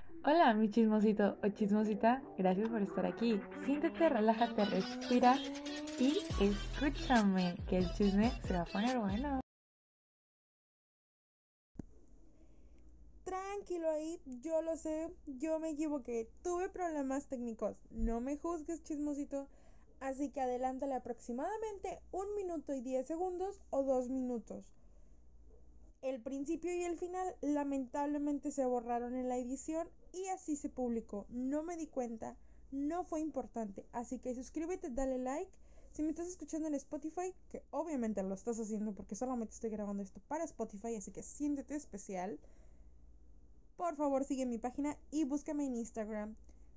Hola, mi chismosito o chismosita, gracias por estar aquí. Siéntate, relájate, respira y escúchame, que el chisme se va a poner bueno. Tranquilo ahí, yo lo sé, yo me equivoqué, tuve problemas técnicos, no me juzgues chismosito, así que adelántale aproximadamente 1 minuto y 10 segundos o 2 minutos. El principio y el final lamentablemente se borraron en la edición y así se publicó, no me di cuenta, no fue importante, así que suscríbete, dale like. Si me estás escuchando en Spotify, que obviamente lo estás haciendo porque solamente estoy grabando esto para Spotify, así que siéntete especial. Por favor, sigue mi página y búscame en Instagram,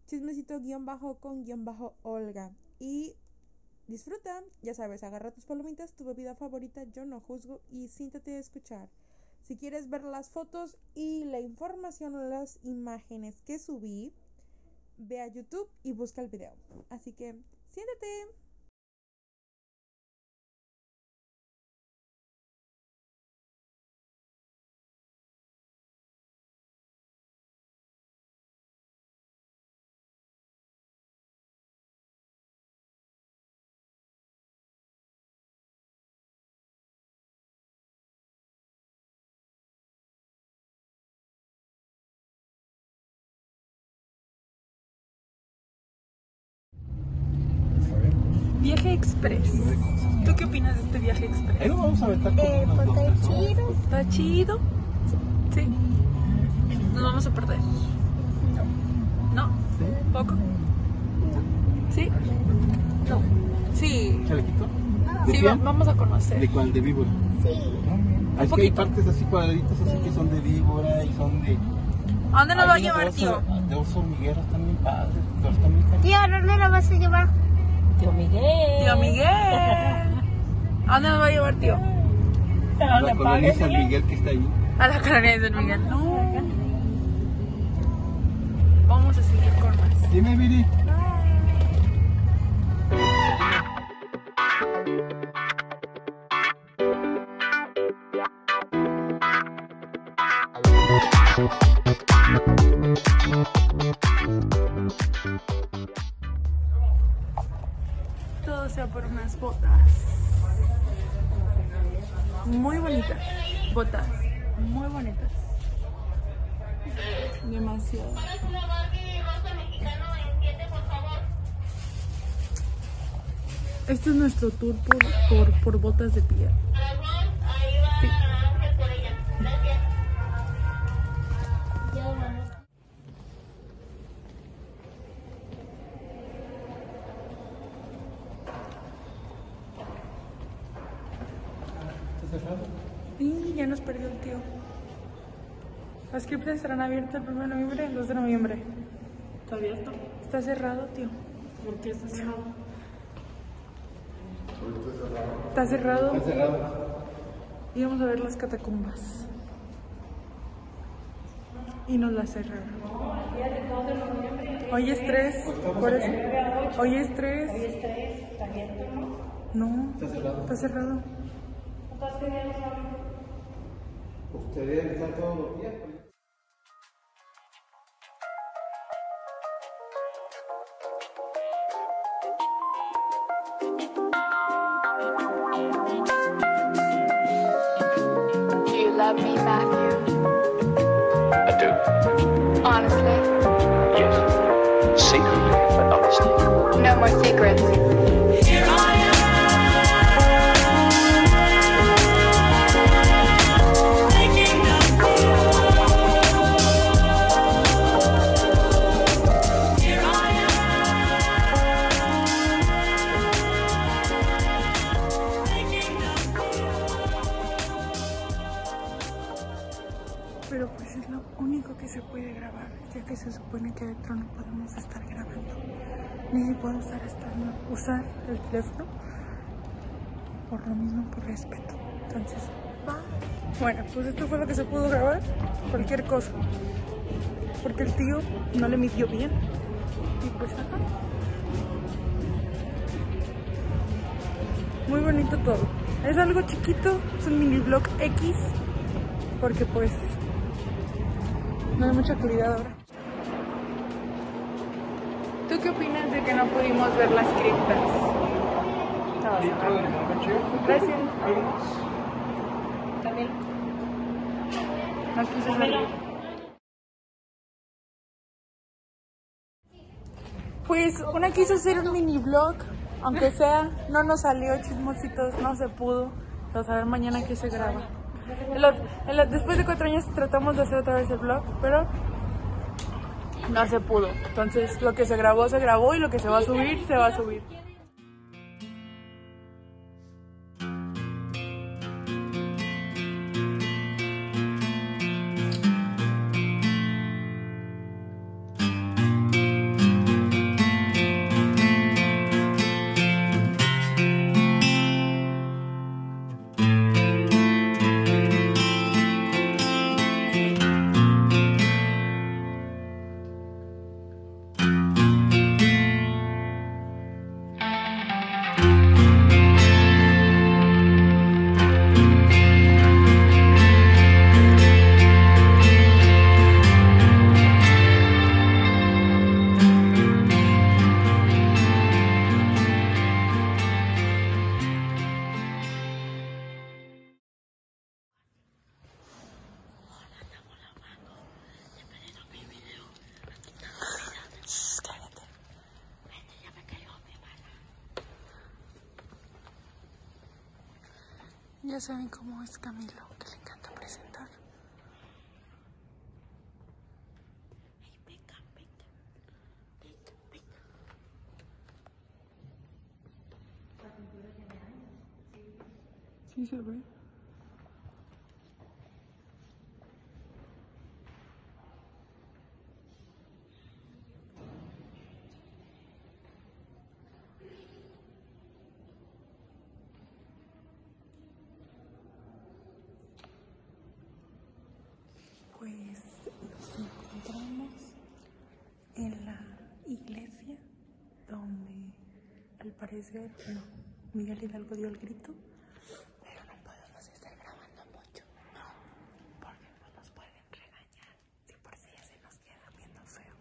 chismecito_con_Olga. Y disfruta, ya sabes, agarra tus palomitas, tu bebida favorita, yo no juzgo y siéntate a escuchar. Si quieres ver las fotos y la información o las imágenes que subí, ve a YouTube y busca el video. Así que, siéntate. Viaje express. ¿Tú qué opinas de este viaje express? Ahí lo vamos a aventar Pues está chido. ¿Está chido? Sí. Nos vamos a perder. ¿No? ¿Poco? ¿Sí? No. Sí. ¿Chalequito? ¿De Sí, quién? vamos a conocer. ¿De cuál? ¿De víbora? Sí. Es que hay partes así cuadraditas así que son de víbora y son de... ¿A dónde nos va a Hay unas llevar, tío? De oso hormigueros también padres, pero están muy caros. Tío, ¿a dónde la vas a llevar? Tío Miguel. ¿A dónde nos va a llevar, tío? La colonia San Miguel que está ahí. A la colonia de San Miguel. No. Vamos a seguir con más. Dime, Viri. Todo sea por unas botas. Muy bonitas. Botas. Muy bonitas. Demasiado. Este es nuestro tour por botas de piel. Sí. Y ya nos perdió el tío. Las criptas estarán abiertas el 1 de noviembre y el 2 de noviembre. ¿Está abierto? Está cerrado, tío. ¿Por qué está cerrado? Está cerrado. Está cerrado. Y vamos a ver las catacumbas. Y nos las cerraron. Hoy es 3. Por eso. Hoy es 3. Hoy es 3. ¿Está abierto, no? No. Está cerrado. Está cerrado. Ustedes están todos los días. Do you love me, Matthew? I do. Honestly? Yes. Secretly, but honestly. No more secrets. Pero pues es lo único que se puede grabar, ya que se supone que adentro no podemos estar grabando, ni si puedo usar el teléfono, por lo mismo, por respeto. Entonces, bueno, pues esto fue lo que se pudo grabar, cualquier cosa, porque el tío no le midió bien, y pues acá. Muy bonito todo, es algo chiquito, es un mini vlog X, porque pues no hay mucha actividad ahora. ¿Tú qué opinas de que no pudimos ver las criptas? Gracias. Camila. No quise salir. Pues una quiso hacer un mini vlog, aunque sea, no nos salió, chismositos, no se pudo. Vamos a ver mañana qué se graba. Después de 4 años tratamos de hacer otra vez el vlog, pero no se pudo. Entonces lo que se grabó y lo que se va a subir, se va a subir. Ya saben cómo es Camilo, que le encanta presentar. Sí se ve. Pues nos encontramos en la iglesia donde al parecer, bueno, Miguel Hidalgo dio el grito, pero no podemos estar grabando mucho, no, porque no nos pueden regañar, si por si ya se nos queda viendo feo.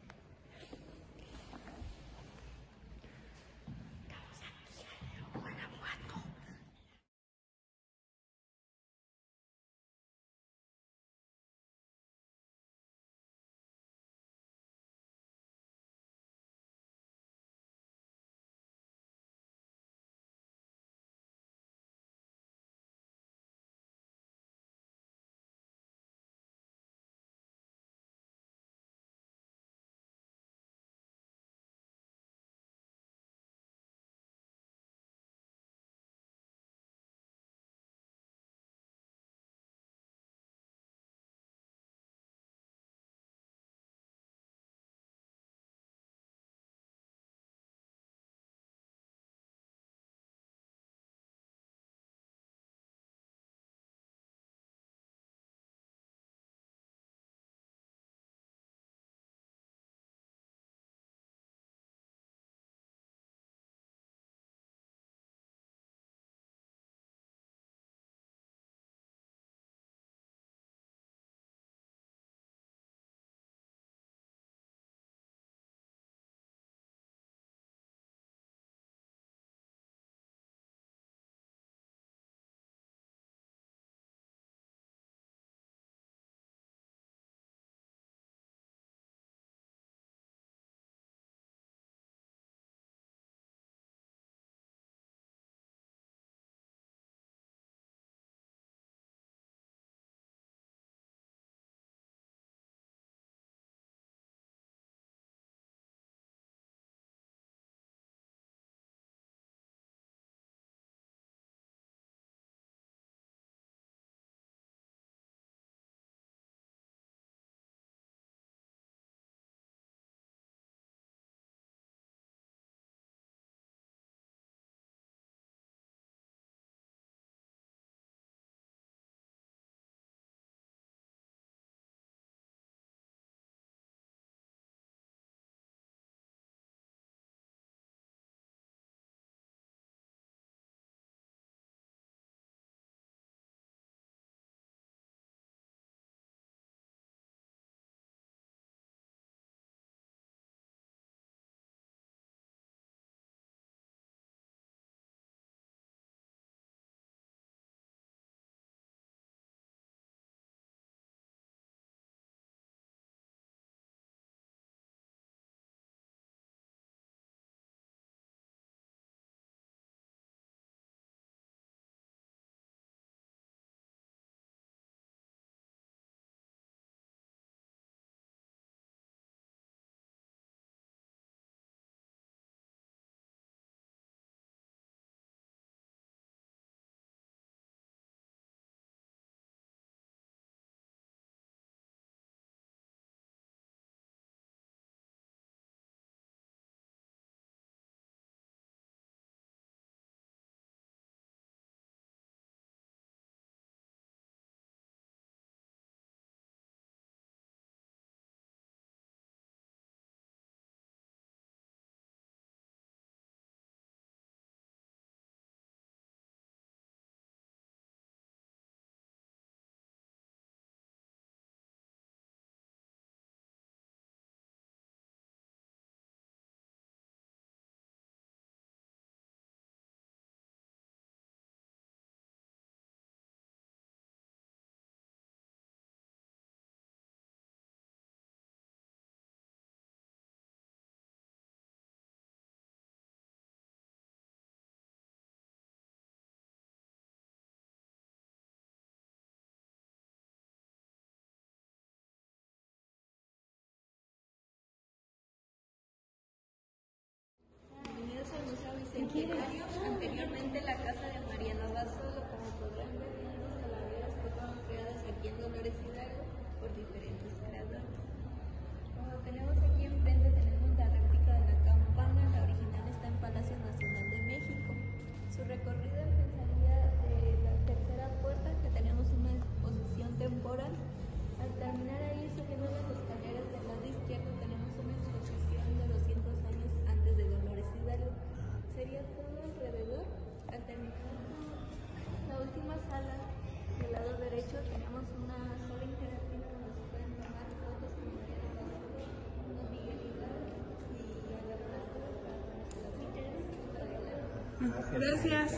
Gracias.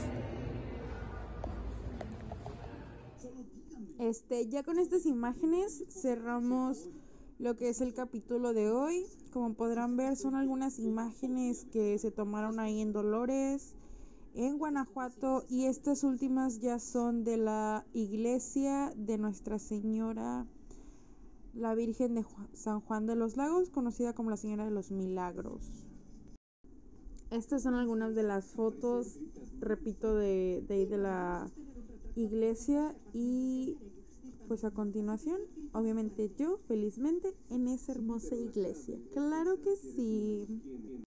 Ya con estas imágenes cerramos lo que es el capítulo de hoy. Como podrán ver, son algunas imágenes que se tomaron ahí en Dolores, en Guanajuato, y estas últimas ya son de la iglesia de Nuestra Señora, la Virgen de San Juan de los Lagos, conocida como la Señora de los Milagros. Estas son algunas de las fotos, repito, de la iglesia. Y pues a continuación, obviamente yo, felizmente, en esa hermosa iglesia. Claro que sí.